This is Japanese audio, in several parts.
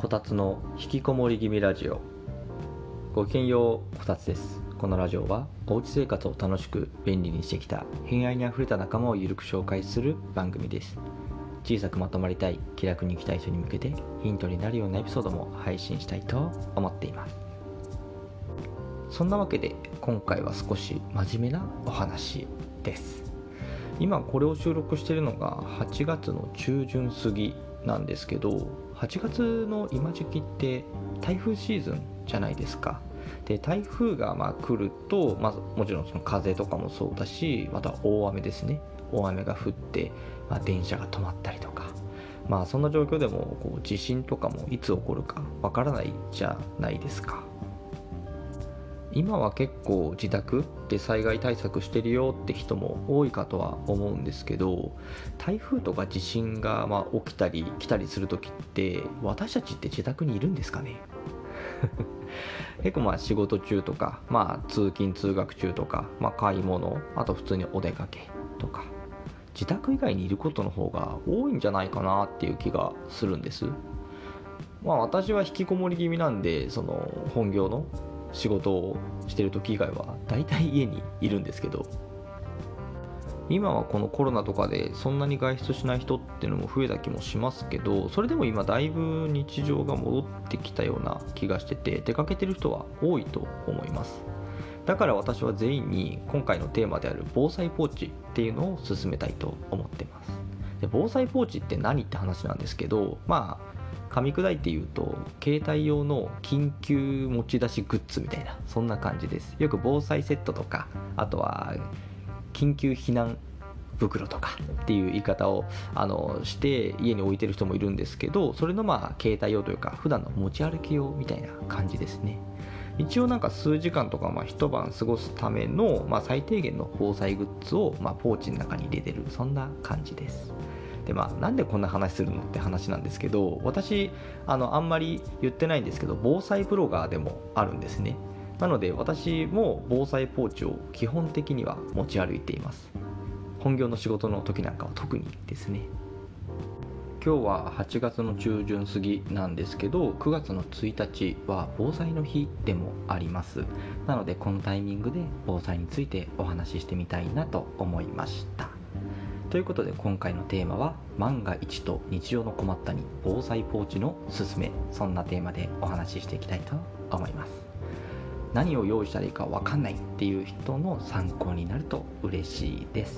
こたつの引きこもり気味ラジオ。ごきげんよう、こたつです。このラジオはおうち生活を楽しく便利にしてきた偏愛にあふれた仲間をゆるく紹介する番組です。小さくまとまりたい、気楽に生きたい人に向けてヒントになるようなエピソードも配信したいと思っています。そんなわけで今回は少し真面目なお話です。今これを収録しているのが8月の中旬過ぎなんですけど、8月の今時期って台風シーズンじゃないですか。で、台風が来ると、もちろんその風とかもそうだし、また大雨ですね。大雨が降って、電車が止まったりとか、そんな状況でも地震とかもいつ起こるかわからないじゃないですか。今は結構自宅で災害対策してるよって人も多いかとは思うんですけど、台風とか地震が起きたり来たりするときって私たちって自宅にいるんですかね結構仕事中とか、通勤通学中とか、買い物、あと普通にお出かけとか、自宅以外にいることの方が多いんじゃないかなっていう気がするんです。私は引きこもり気味なんで、その本業の仕事をしてる時以外はだいたい家にいるんですけど、今はこのコロナとかでそんなに外出しない人っていうのも増えた気もしますけど、それでも今だいぶ日常が戻ってきたような気がしてて、出かけてる人は多いと思います。だから私は全員に今回のテーマである防災ポーチっていうのを進めたいと思ってます。で、防災ポーチって何って話なんですけど、噛み砕いて言うと携帯用の緊急持ち出しグッズみたいな、そんな感じです。よく防災セットとか、あとは緊急避難袋とかっていう言い方をして家に置いてる人もいるんですけど、それの携帯用というか普段の持ち歩き用みたいな感じですね。一応数時間とか一晩過ごすための、最低限の防災グッズをポーチの中に入れてる、そんな感じです。で、なんでこんな話するのって話なんですけど、私あんまり言ってないんですけど、防災ブロガーでもあるんですね。なので私も防災ポーチを基本的には持ち歩いています。本業の仕事の時なんかは特にですね。今日は8月の中旬過ぎなんですけど、9月の1日は防災の日でもあります。なのでこのタイミングで防災についてお話ししてみたいなと思いました。ということで今回のテーマは、万が一と日常の困ったに防災ポーチのすすめ、そんなテーマでお話ししていきたいと思います。何を用意したらいいか分かんないっていう人の参考になると嬉しいです。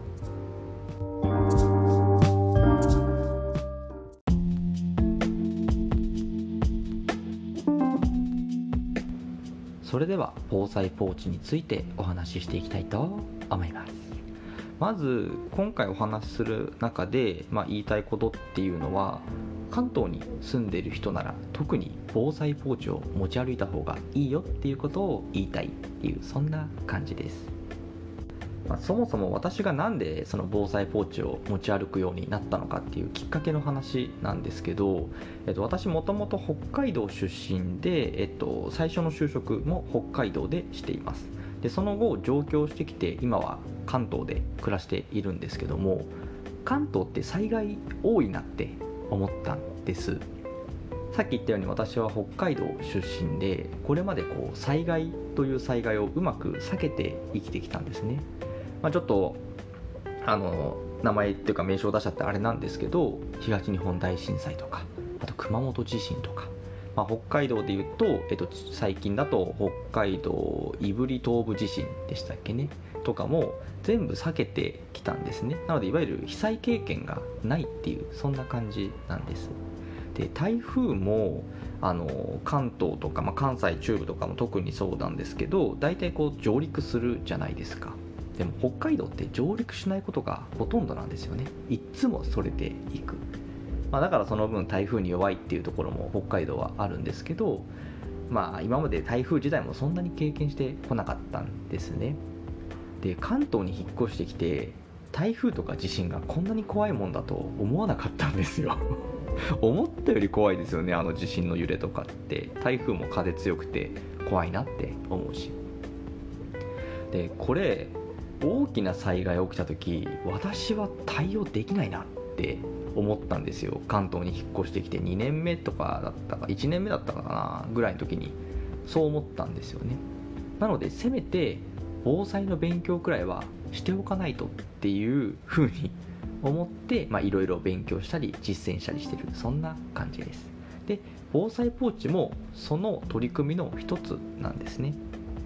それでは防災ポーチについてお話ししていきたいと思います。まず今回お話しする中で、言いたいことっていうのは、関東に住んでいる人なら特に防災ポーチを持ち歩いた方がいいよっていうことを言いたいっていう、そんな感じです。そもそも私がなんでその防災ポーチを持ち歩くようになったのかっていうきっかけの話なんですけど、私もともと北海道出身で、最初の就職も北海道でしています。で、その後上京してきて今は関東で暮らしているんですけども、関東って災害多いなって思ったんです。さっき言ったように私は北海道出身で、これまで災害という災害をうまく避けて生きてきたんですね。ちょっと名前っていうか名称を出しちゃってあれなんですけど、東日本大震災とか、あと熊本地震とか、北海道でいうと、最近だと北海道胆振東部地震でしたっけねとかも全部避けてきたんですね。なのでいわゆる被災経験がないっていう、そんな感じなんです。で、台風も関東とか、関西中部とかも特にそうなんですけど、大体上陸するじゃないですか。でも北海道って上陸しないことがほとんどなんですよね。いつもそれでいく。だからその分台風に弱いっていうところも北海道はあるんですけど、今まで台風自体もそんなに経験してこなかったんですね。で、関東に引っ越してきて台風とか地震がこんなに怖いもんだと思わなかったんですよ思ったより怖いですよね。地震の揺れとかって、台風も風強くて怖いなって思うし。で、これ大きな災害が起きた時、私は対応できないなっって思ったんですよ。関東に引っ越してきて2年目とかだったか1年目だったかなぐらいの時にそう思ったんですよね。なのでせめて防災の勉強くらいはしておかないとっていう風に思っていろいろ勉強したり実践したりしてる、そんな感じです。で防災ポーチもその取り組みの一つなんですね。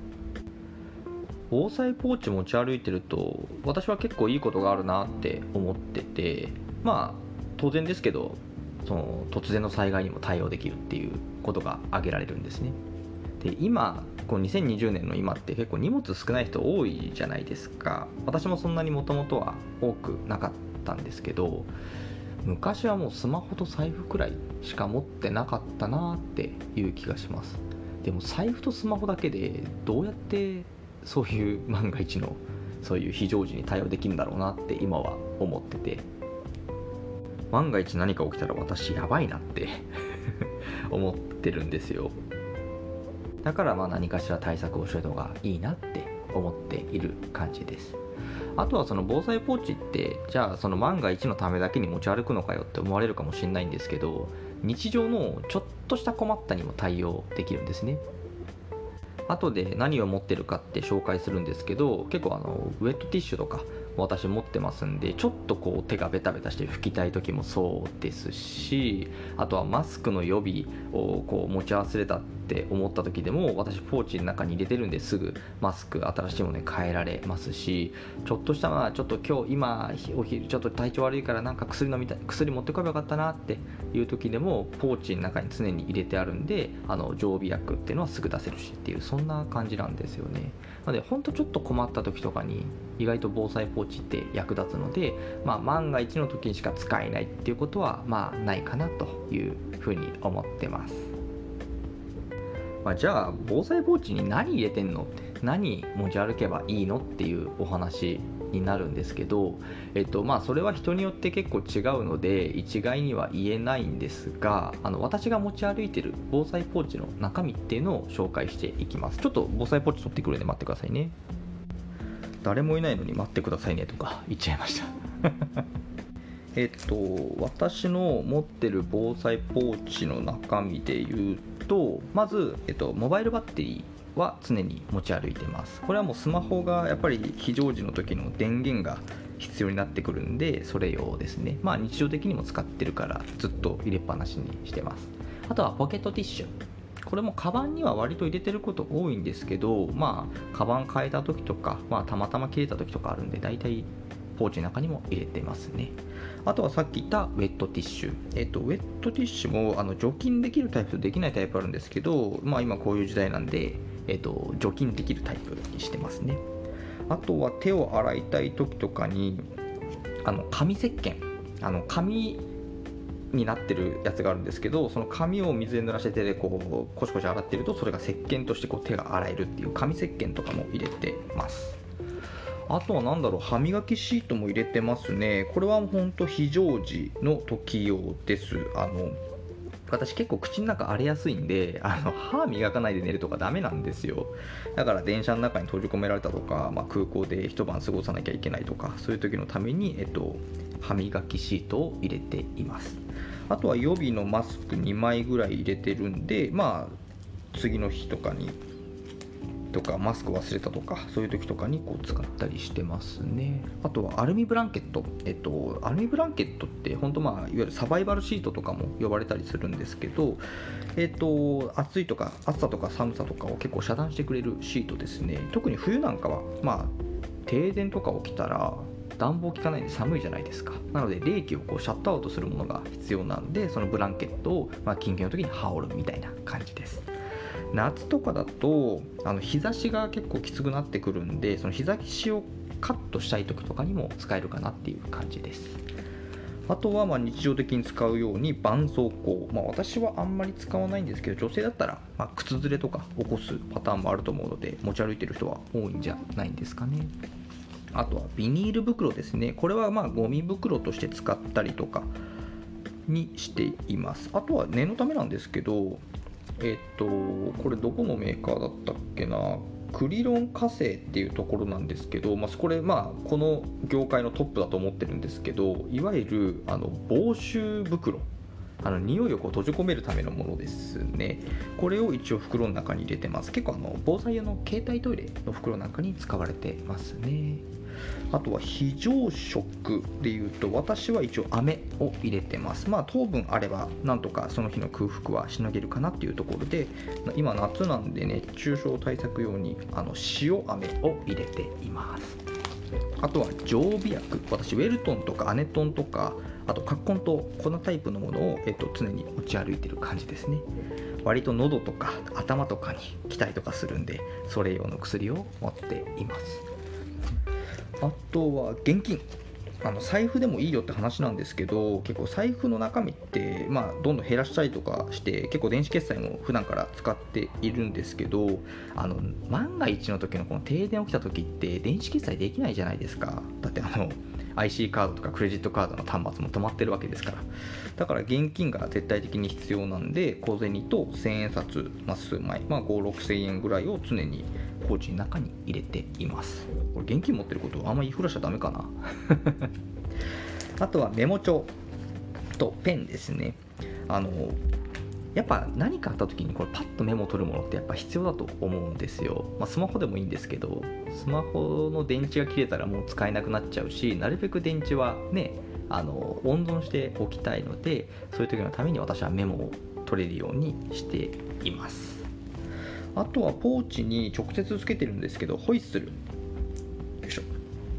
防災ポーチ持ち歩いてると私は結構いいことがあるなって思ってて、当然ですけどその突然の災害にも対応できるっていうことが挙げられるんですね。で今こう2020年の今って結構荷物少ない人多いじゃないですか。私もそんなにもともとは多くなかったんですけど、昔はもうスマホと財布くらいしか持ってなかったなっていう気がします。でも財布とスマホだけでどうやってそういう万が一のそういう非常時に対応できるんだろうなって今は思ってて、万が一何か起きたら私やばいなって思ってるんですよ。だから何かしら対策をしておいた方がいいなって思っている感じです。あとはその防災ポーチってじゃあその万が一のためだけに持ち歩くのかよって思われるかもしれないんですけど、日常のちょっとした困ったにも対応できるんですね。後で何を持ってるかって紹介するんですけど、結構ウェットティッシュとか私持ってますんで、ちょっとこう手がベタベタして拭きたい時もそうですし、あとはマスクの予備をこう持ち忘れたって思った時でも私ポーチの中に入れてるんですぐマスク新しいものに変えられますし、ちょっとしたちょっと今日今お昼ちょっと体調悪いからなんか薬飲みたい、薬持ってこればよかったなっていう時でもポーチの中に常に入れてあるんで、常備薬っていうのはすぐ出せるしっていう、そんな感じなんですよね。なので本当ちょっと困った時とかに意外と防災ポーチって役立つので、万が一の時にしか使えないっていうことはないかなというふうに思ってます。じゃあ防災ポーチに何入れてんのって、何持ち歩けばいいのっていうお話になるんですけど、それは人によって結構違うので一概には言えないんですが、私が持ち歩いてる防災ポーチの中身っていうのを紹介していきます。ちょっと防災ポーチ取ってくるんで待ってくださいね。誰もいないのに待ってくださいねとか言っちゃいました私の持ってる防災ポーチの中身で言うと、まず、モバイルバッテリーは常に持ち歩いてます。これはもうスマホがやっぱり非常時の時の電源が必要になってくるんで、それ用ですね。日常的にも使ってるからずっと入れっぱなしにしてます。あとはポケットティッシュ、これもカバンには割と入れてること多いんですけど、カバン変えた時とか、たまたま切れた時とかあるんで、だいたいポーチの中にも入れてますね。あとはさっき言ったウェットティッシュ、ウェットティッシュも除菌できるタイプとできないタイプあるんですけど、今こういう時代なんで、除菌できるタイプにしてますね。あとは手を洗いたい時とかに紙石鹸、紙になってるやつがあるんですけど、その紙を水で濡らして手でこうコシコシ洗ってると、それが石鹸としてこう手が洗えるっていう紙石鹸とかも入れてます。あとは歯磨きシートも入れてますね。これは本当非常時の時用です。私結構口の中荒れやすいんで、歯磨かないで寝るとかダメなんですよ。だから電車の中に閉じ込められたとか、空港で一晩過ごさなきゃいけないとか、そういう時のために、歯磨きシートを入れています。あとは予備のマスク2枚ぐらい入れてるんで、次の日とかにとかマスク忘れたとかそういう時とかにこう使ったりしてますね。あとはアルミブランケット、アルミブランケットって本当いわゆるサバイバルシートとかも呼ばれたりするんですけど、暑さとか寒さとかを結構遮断してくれるシートですね。特に冬なんかは停電とか起きたら暖房効かないんで寒いじゃないですか。なので冷気をこうシャットアウトするものが必要なんで、そのブランケットを緊急の時に羽織るみたいな感じです。夏とかだと日差しが結構きつくなってくるんで、その日差しをカットしたい時とかにも使えるかなっていう感じです。あとは日常的に使うように絆創膏、私はあんまり使わないんですけど、女性だったら靴ずれとか起こすパターンもあると思うので持ち歩いてる人は多いんじゃないんですかね。あとはビニール袋ですね。これはゴミ袋として使ったりとかにしています。あとは念のためなんですけど、これどこのメーカーだったっけな、 クリロン火星っていうところなんですけど、これこの業界のトップだと思ってるんですけど、いわゆる防臭袋、匂いを閉じ込めるためのものですね。これを一応袋の中に入れてます。結構防災用の携帯トイレの袋なんかに使われてますね。あとは非常食でいうと、私は一応飴を入れてます。糖分あればなんとかその日の空腹はしのげるかなっていうところで、今夏なんで熱中症対策用に塩飴を入れています。あとは常備薬、私ウェルトンとかアネトンとか、あとカッコンと粉タイプのものを、常に持ち歩いてる感じですね。割と喉とか頭とかに来たりとかするんで、それ用の薬を持っています。あとは現金、財布でもいいよって話なんですけど、結構財布の中身ってどんどん減らしたりとかして、結構電子決済も普段から使っているんですけど、万が一の時のこの停電起きた時って電子決済できないじゃないですか。だってIC カードとかクレジットカードの端末も止まってるわけですから。だから現金が絶対的に必要なんで、小銭と1000円札、数枚、5、6000円ぐらいを常にポーチの中に入れています。これ現金持ってることあんまり言いふらしちゃダメかなあとはメモ帳とペンですね。やっぱ何かあった時にこれパッとメモを取るものってやっぱ必要だと思うんですよ。スマホでもいいんですけど、スマホの電池が切れたらもう使えなくなっちゃうし、なるべく電池はね温存しておきたいので、そういう時のために私はメモを取れるようにしています。あとはポーチに直接つけてるんですけど、ホイッスル、よいしょ、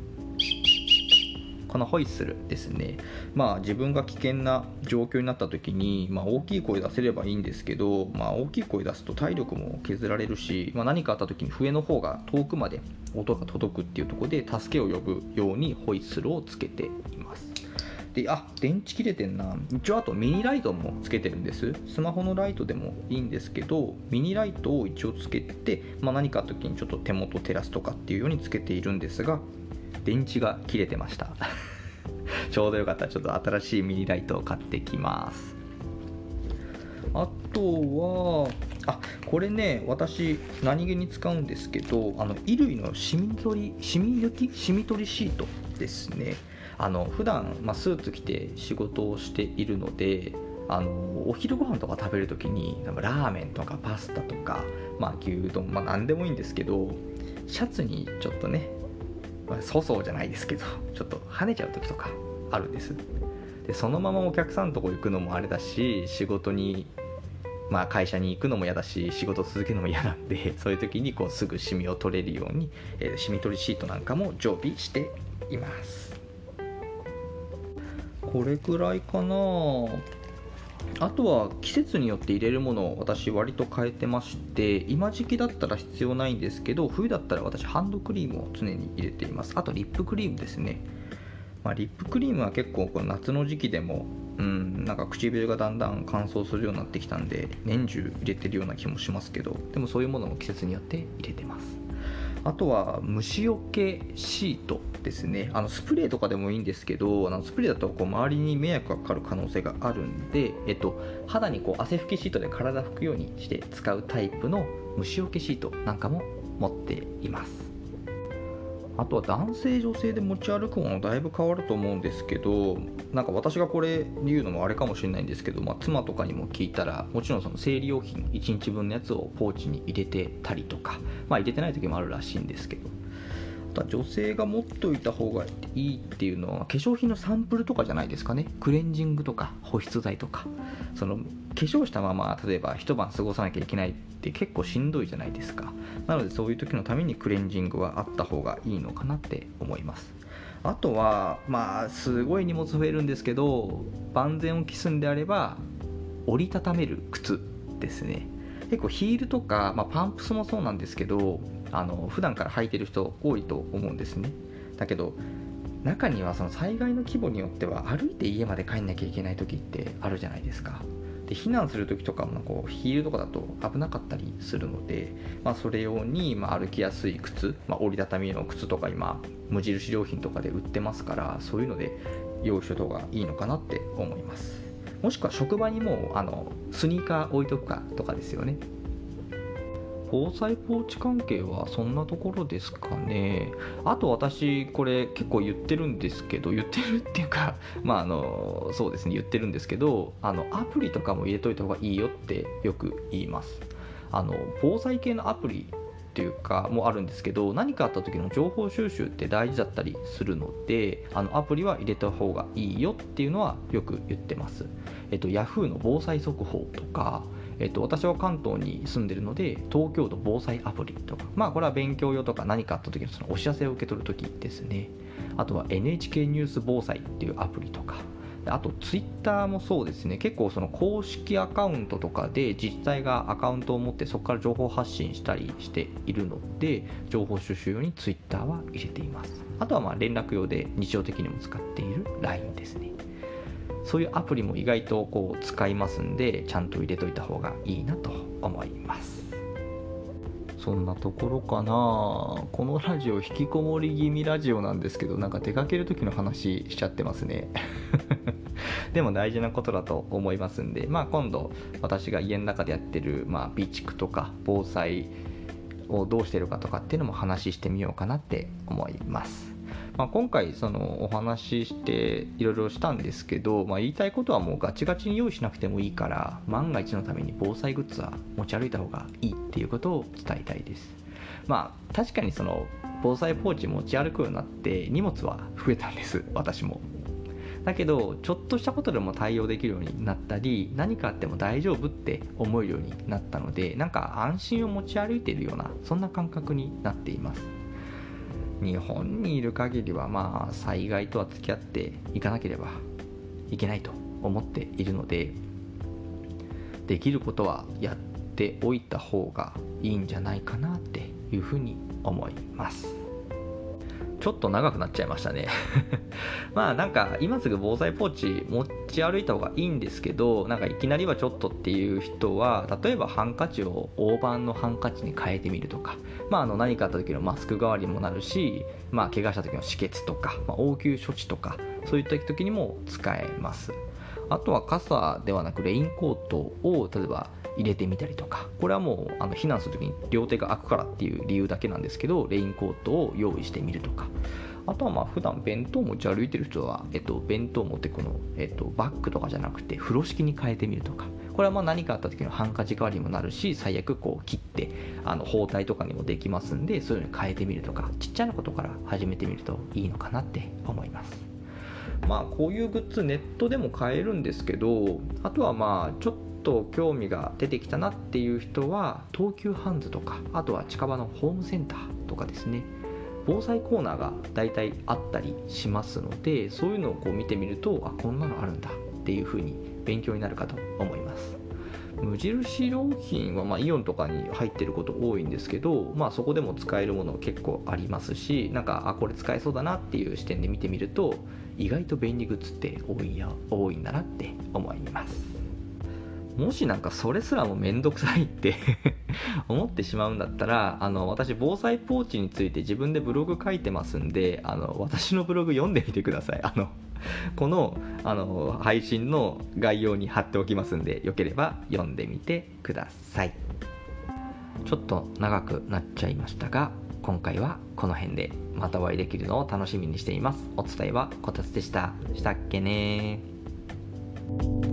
このホイッスルですね。自分が危険な状況になった時に、大きい声出せればいいんですけど、大きい声出すと体力も削られるし、何かあった時に笛の方が遠くまで音が届くっていうところで助けを呼ぶようにホイッスルをつけています。で、電池切れてんな。一応あとミニライトもつけてるんです。スマホのライトでもいいんですけど、ミニライトを一応つけて、何かあった時にちょっと手元照らすとかっていうようにつけているんですが、電池が切れてましたちょうどよかった。ちょっと新しいミニライトを買ってきます。あとはこれね、私何気に使うんですけど、衣類の染み取りシートですね。普段、スーツ着て仕事をしているので、お昼ご飯とか食べるときにラーメンとかパスタとか、牛丼、何でもいいんですけど、シャツにちょっとね、粗相じゃないですけどちょっと跳ねちゃう時とかあるんです。でそのままお客さんのとこ行くのもあれだし、仕事に会社に行くのも嫌だし、仕事続けるのも嫌なんで、そういう時にすぐシミを取れるように、シミ取りシートなんかも常備しています。これくらいかな。あとは季節によって入れるものを私割と変えてまして、今時期だったら必要ないんですけど、冬だったら私ハンドクリームを常に入れています。あとリップクリームですね。リップクリームは結構この夏の時期でもなんか唇がだんだん乾燥するようになってきたんで、年中入れてるような気もしますけど、でもそういうものも季節によって入れてます。あとは虫除けシートですね。スプレーとかでもいいんですけど、スプレーだと周りに迷惑がかかる可能性があるんで、肌に汗拭きシートで体拭くようにして使うタイプの虫除けシートなんかも持っています。あとは男性女性で持ち歩くものだいぶ変わると思うんですけど、なんか私がこれ言うのもあれかもしれないんですけど、妻とかにも聞いたら、もちろんその生理用品1日分のやつをポーチに入れてたりとか、入れてない時もあるらしいんですけど、あとは女性が持っておいた方がいいっていうのは化粧品のサンプルとかじゃないですかね。クレンジングとか保湿剤とか、その化粧したまま例えば一晩過ごさなきゃいけないって結構しんどいじゃないですか。なのでそういう時のためにクレンジングはあった方がいいのかなって思います。あとはすごい荷物増えるんですけど、万全を期すんであれば折りたためる靴ですね。結構ヒールとか、パンプスもそうなんですけど、普段から履いてる人多いと思うんですね。だけど中にはその災害の規模によっては歩いて家まで帰んなきゃいけない時ってあるじゃないですか。で避難する時とかもヒールとかだと危なかったりするので、それ用に歩きやすい靴、折りたたみの靴とか今無印良品とかで売ってますから、そういうので用意しといた方がいいのかなって思います。もしくは職場にもスニーカー置いとくかとかですよね。 防災ポーチ関係はそんなところですかね。あと私これ結構言ってるんですけど、言ってるっていうかそうですね、言ってるんですけど、アプリとかも入れといた方がいいよってよく言います。防災系のアプリっていうかもあるんですけど、何かあった時の情報収集って大事だったりするので、アプリは入れた方がいいよっていうのはよく言ってます。Yahoo の防災速報とか、私は関東に住んでるので東京都防災アプリとか、これは勉強用とか何かあった時のそのお知らせを受け取る時ですね。あとは NHK ニュース防災っていうアプリとか、あとツイッターもそうですね。結構その公式アカウントとかで自治体がアカウントを持ってそこから情報発信したりしているので、情報収集用にツイッターは入れています。あとは連絡用で日常的にも使っている LINE ですね。そういうアプリも意外と使いますんで、ちゃんと入れといた方がいいなと思います。そんなところかな。このラジオ引きこもり気味ラジオなんですけど、なんか出かける時の話しちゃってますねでも大事なことだと思いますんで、今度私が家の中でやってる備蓄とか防災をどうしてるかとかっていうのも話してみようかなって思います。今回そのお話ししていろいろしたんですけど、言いたいことはもうガチガチに用意しなくてもいいから、万が一のために防災グッズは持ち歩いた方がいいっていうことを伝えたいです。確かにその防災ポーチ持ち歩くようになって荷物は増えたんです、私も。だけどちょっとしたことでも対応できるようになったり、何かあっても大丈夫って思えるようになったので、なんか安心を持ち歩いているような、そんな感覚になっています。日本にいる限りは災害とは付き合っていかなければいけないと思っているので、できることはやっておいた方がいいんじゃないかなっていうふうに思います。ちょっと長くなっちゃいましたねなんか今すぐ防災ポーチ持ち歩いた方がいいんですけど、なんかいきなりはちょっとっていう人は、例えばハンカチを大判のハンカチに変えてみるとか、何かあった時のマスク代わりにもなるし、怪我した時の止血とか、応急処置とか、そういった時にも使えます。あとは傘ではなくレインコートを例えば入れてみたりとか、これはもう避難するときに両手が空くからっていう理由だけなんですけど、レインコートを用意してみるとか、あとは普段弁当持ち歩いてる人は、弁当を持ってバッグとかじゃなくて風呂敷に変えてみるとか、これは何かあった時のハンカチ代わりにもなるし、最悪切って包帯とかにもできますんで、そういうのに変えてみるとか、ちっちゃなことから始めてみるといいのかなって思います。こういうグッズネットでも買えるんですけど、あとはちょっと興味が出てきたなっていう人は東急ハンズとか、あとは近場のホームセンターとかですね、防災コーナーがだいたいあったりしますので、そういうのを見てみると、こんなのあるんだっていう風に勉強になるかと思います。無印良品はイオンとかに入ってること多いんですけど、そこでも使えるもの結構ありますし、なんかこれ使えそうだなっていう視点で見てみると、意外と便利グッズって多いんだなって思います。もしなんかそれすらもめんどくさいって思ってしまうんだったら、私防災ポーチについて自分でブログ書いてますんで、私のブログ読んでみてください。この配信の概要に貼っておきますんで、よければ読んでみてください。ちょっと長くなっちゃいましたが、今回はこの辺で、またお会いできるのを楽しみにしています。お伝えはこたつでした。したっけねー。